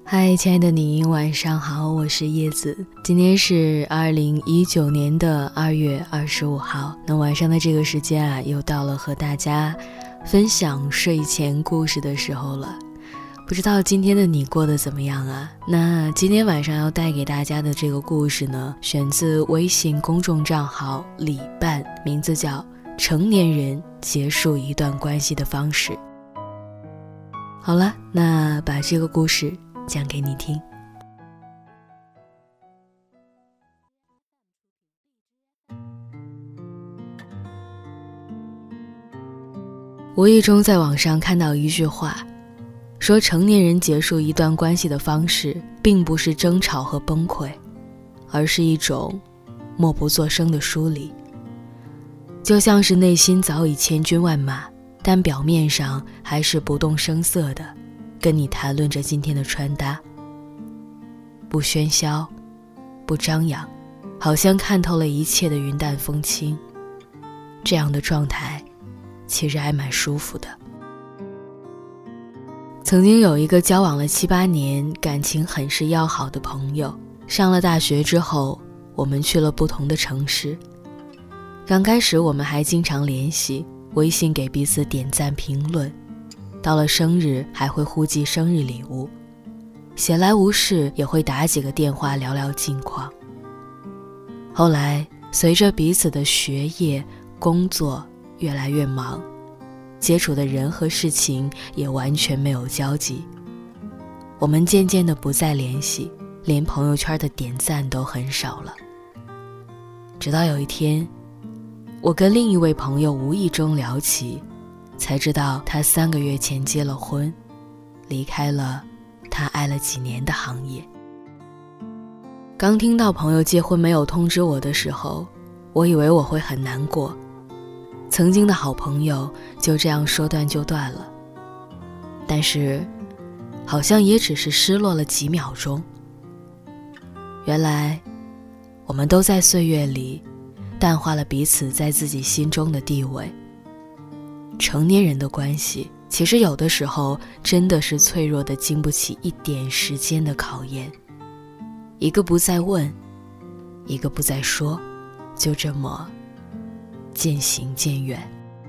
嗨，亲爱的你，晚上好，我是叶子。今天是2019年的2月25号，那晚上的这个时间啊，又到了和大家分享睡前故事的时候了。不知道今天的你过得怎么样啊？那今天晚上要带给大家的这个故事呢，选自微信公众账号李伴，名字叫成年人结束一段关系的方式。好了，那把这个故事讲给你听。无意中在网上看到一句话，说成年人结束一段关系的方式并不是争吵和崩溃，而是一种默不作声的疏离。就像是内心早已千军万马，但表面上还是不动声色的跟你谈论着今天的穿搭，不喧嚣，不张扬，好像看透了一切的云淡风轻。这样的状态其实还蛮舒服的。曾经有一个交往了7、8年，感情很是要好的朋友，上了大学之后，我们去了不同的城市。刚开始我们还经常联系，微信给彼此点赞评论，到了生日还会互寄生日礼物，闲来无事也会打几个电话聊聊近况。后来随着彼此的学业工作越来越忙，接触的人和事情也完全没有交集，我们渐渐的不再联系，连朋友圈的点赞都很少了。直到有一天，我跟另一位朋友无意中聊起，才知道他3个月前结了婚，离开了他爱了几年的行业。刚听到朋友结婚没有通知我的时候，我以为我会很难过，曾经的好朋友就这样说断就断了。但是好像也只是失落了几秒钟。原来我们都在岁月里淡化了彼此在自己心中的地位。成年人的关系其实有的时候真的是脆弱的，经不起一点时间的考验。一个不再问，一个不再说，就这么渐行渐远。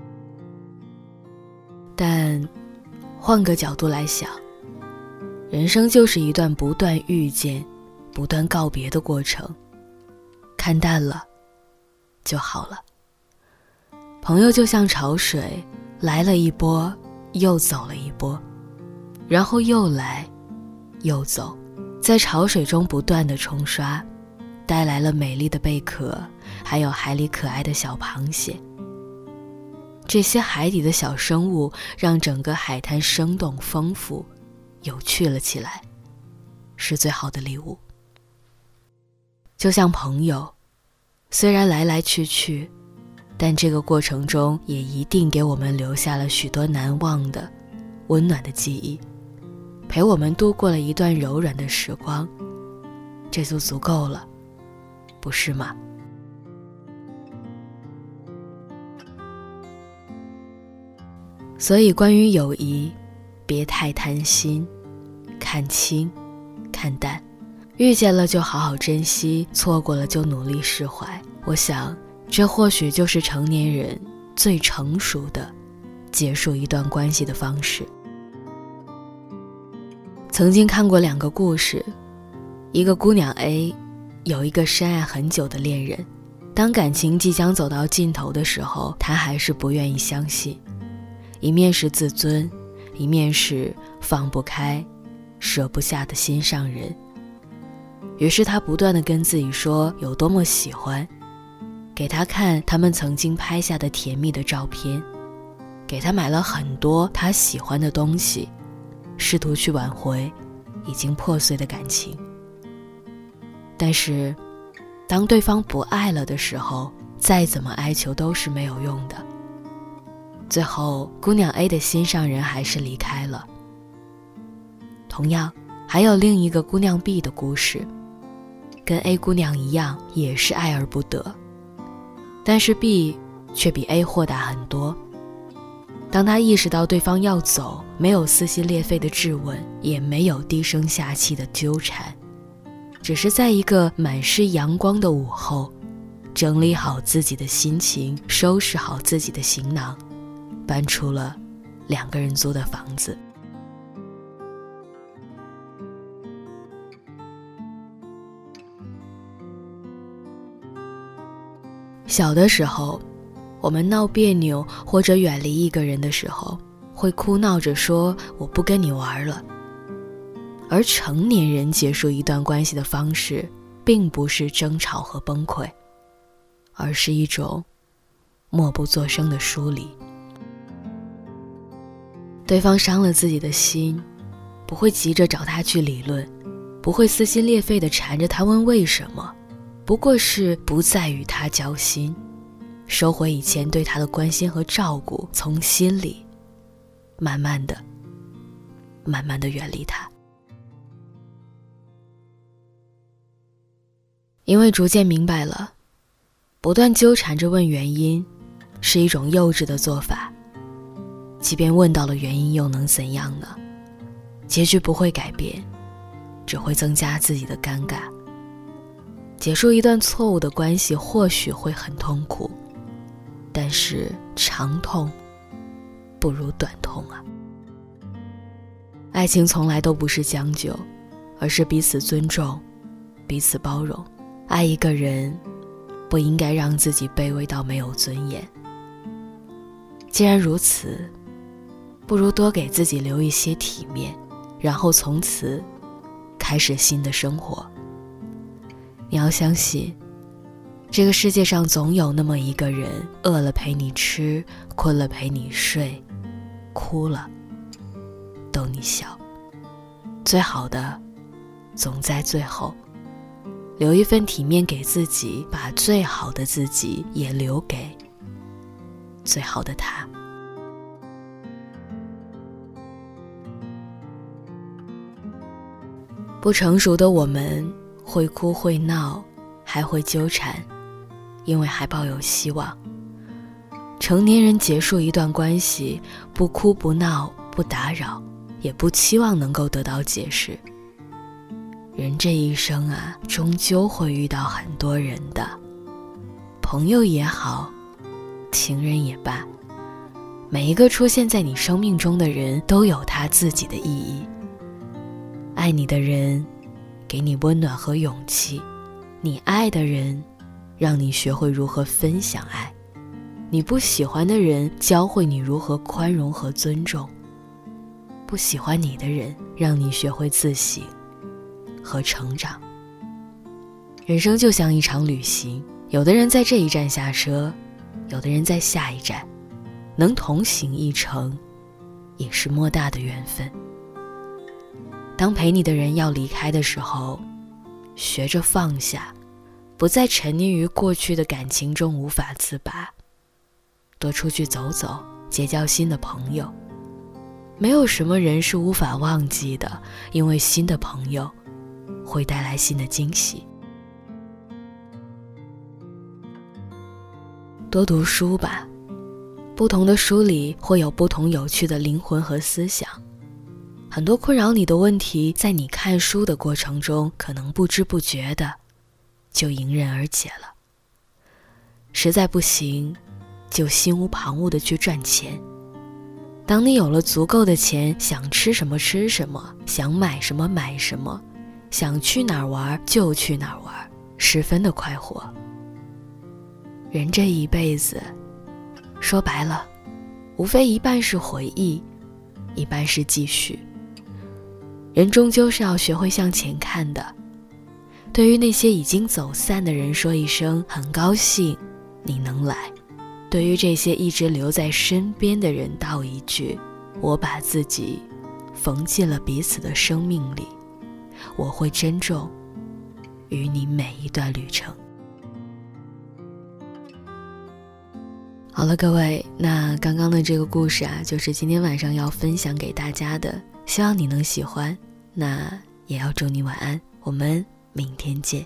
但换个角度来想，人生就是一段不断遇见不断告别的过程，看淡了就好了。朋友就像潮水，来了一波又走了一波，然后又来又走，在潮水中不断的冲刷，带来了美丽的贝壳，还有海里可爱的小螃蟹。这些海底的小生物让整个海滩生动丰富有趣了起来，是最好的礼物。就像朋友，虽然来来去去，但这个过程中也一定给我们留下了许多难忘的温暖的记忆，陪我们度过了一段柔软的时光，这就足够了，不是吗？所以关于友谊，别太贪心，看清看淡，遇见了就好好珍惜，错过了就努力释怀。我想这或许就是成年人最成熟的结束一段关系的方式。曾经看过2个故事，一个姑娘 A 有一个深爱很久的恋人，当感情即将走到尽头的时候，她还是不愿意相信，一面是自尊，一面是放不开舍不下的心上人。于是她不断地跟自己说有多么喜欢，给他看他们曾经拍下的甜蜜的照片，给他买了很多他喜欢的东西，试图去挽回已经破碎的感情。但是当对方不爱了的时候，再怎么哀求都是没有用的。最后姑娘 A 的心上人还是离开了。同样还有另一个姑娘 B 的故事，跟 A 姑娘一样，也是爱而不得，但是 B 却比 A 豁达很多。 当他意识到对方要走，没有撕心裂肺的质问，也没有低声下气的纠缠，只是在一个满是阳光的午后，整理好自己的心情，收拾好自己的行囊，搬出了2个人租的房子。小的时候，我们闹别扭或者远离一个人的时候，会哭闹着说我不跟你玩了。而成年人结束一段关系的方式，并不是争吵和崩溃，而是一种默不作声的疏离。对方伤了自己的心，不会急着找他去理论，不会撕心裂肺地缠着他问为什么，不过是不再与他交心，收回以前对他的关心和照顾，从心里慢慢的远离他。因为逐渐明白了，不断纠缠着问原因是一种幼稚的做法，即便问到了原因又能怎样呢？结局不会改变，只会增加自己的尴尬。结束一段错误的关系或许会很痛苦，但是长痛不如短痛啊。爱情从来都不是将就，而是彼此尊重，彼此包容。爱一个人，不应该让自己卑微到没有尊严。既然如此，不如多给自己留一些体面，然后从此开始新的生活。你要相信，这个世界上总有那么一个人，饿了陪你吃，困了陪你睡，哭了逗你笑。最好的总在最后，留一份体面给自己，把最好的自己也留给最好的他。不成熟的我们会哭会闹，还会纠缠，因为还抱有希望。成年人结束一段关系，不哭不闹不打扰，也不期望能够得到解释。人这一生啊，终究会遇到很多人的，朋友也好，情人也罢，每一个出现在你生命中的人都有他自己的意义。爱你的人给你温暖和勇气，你爱的人让你学会如何分享爱，你不喜欢的人教会你如何宽容和尊重，不喜欢你的人让你学会自省和成长。人生就像一场旅行，有的人在这一站下车，有的人在下一站，能同行一程也是莫大的缘分。当陪你的人要离开的时候，学着放下，不再沉溺于过去的感情中无法自拔，多出去走走，结交新的朋友。没有什么人是无法忘记的，因为新的朋友会带来新的惊喜。多读书吧，不同的书里会有不同有趣的灵魂和思想。很多困扰你的问题，在你看书的过程中，可能不知不觉的就迎刃而解了。实在不行，就心无旁骛的去赚钱。当你有了足够的钱，想吃什么吃什么，想买什么买什么，想去哪儿玩就去哪儿玩，十分的快活。人这一辈子，说白了，无非一半是回忆，一半是继续。人终究是要学会向前看的。对于那些已经走散的人说一声很高兴你能来，对于这些一直留在身边的人道一句，我把自己缝进了彼此的生命里，我会珍重与你每一段旅程。好了各位，那刚刚的这个故事啊，就是今天晚上要分享给大家的，希望你能喜欢，那也要祝你晚安，我们明天见。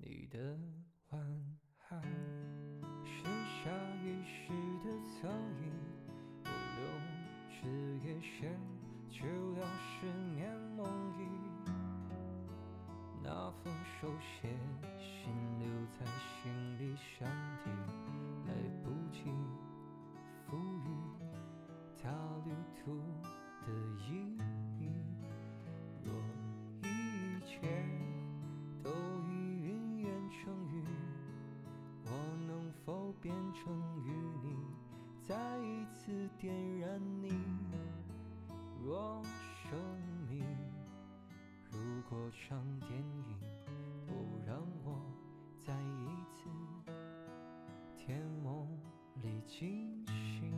你的晚安，是下雨时的侧影，我留至夜深，就了失眠梦呓。那封手写信留在行李箱底，来不及赋予它旅途的意义。若一切都已云烟成雨，我能否变成与你再一次点燃你？若生命如果场电影，不让我再一次甜梦里惊醒。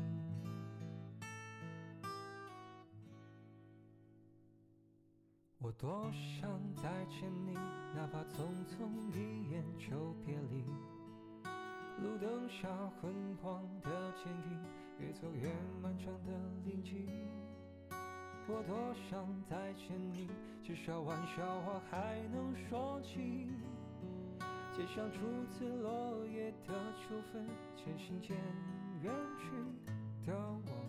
我多想再见你，哪怕匆匆一眼就别离。路灯下昏黄的剪影，越走越漫长的林径。我多想再见你，至少玩笑话还能说起。街上初次落叶的秋分，渐行渐远去的我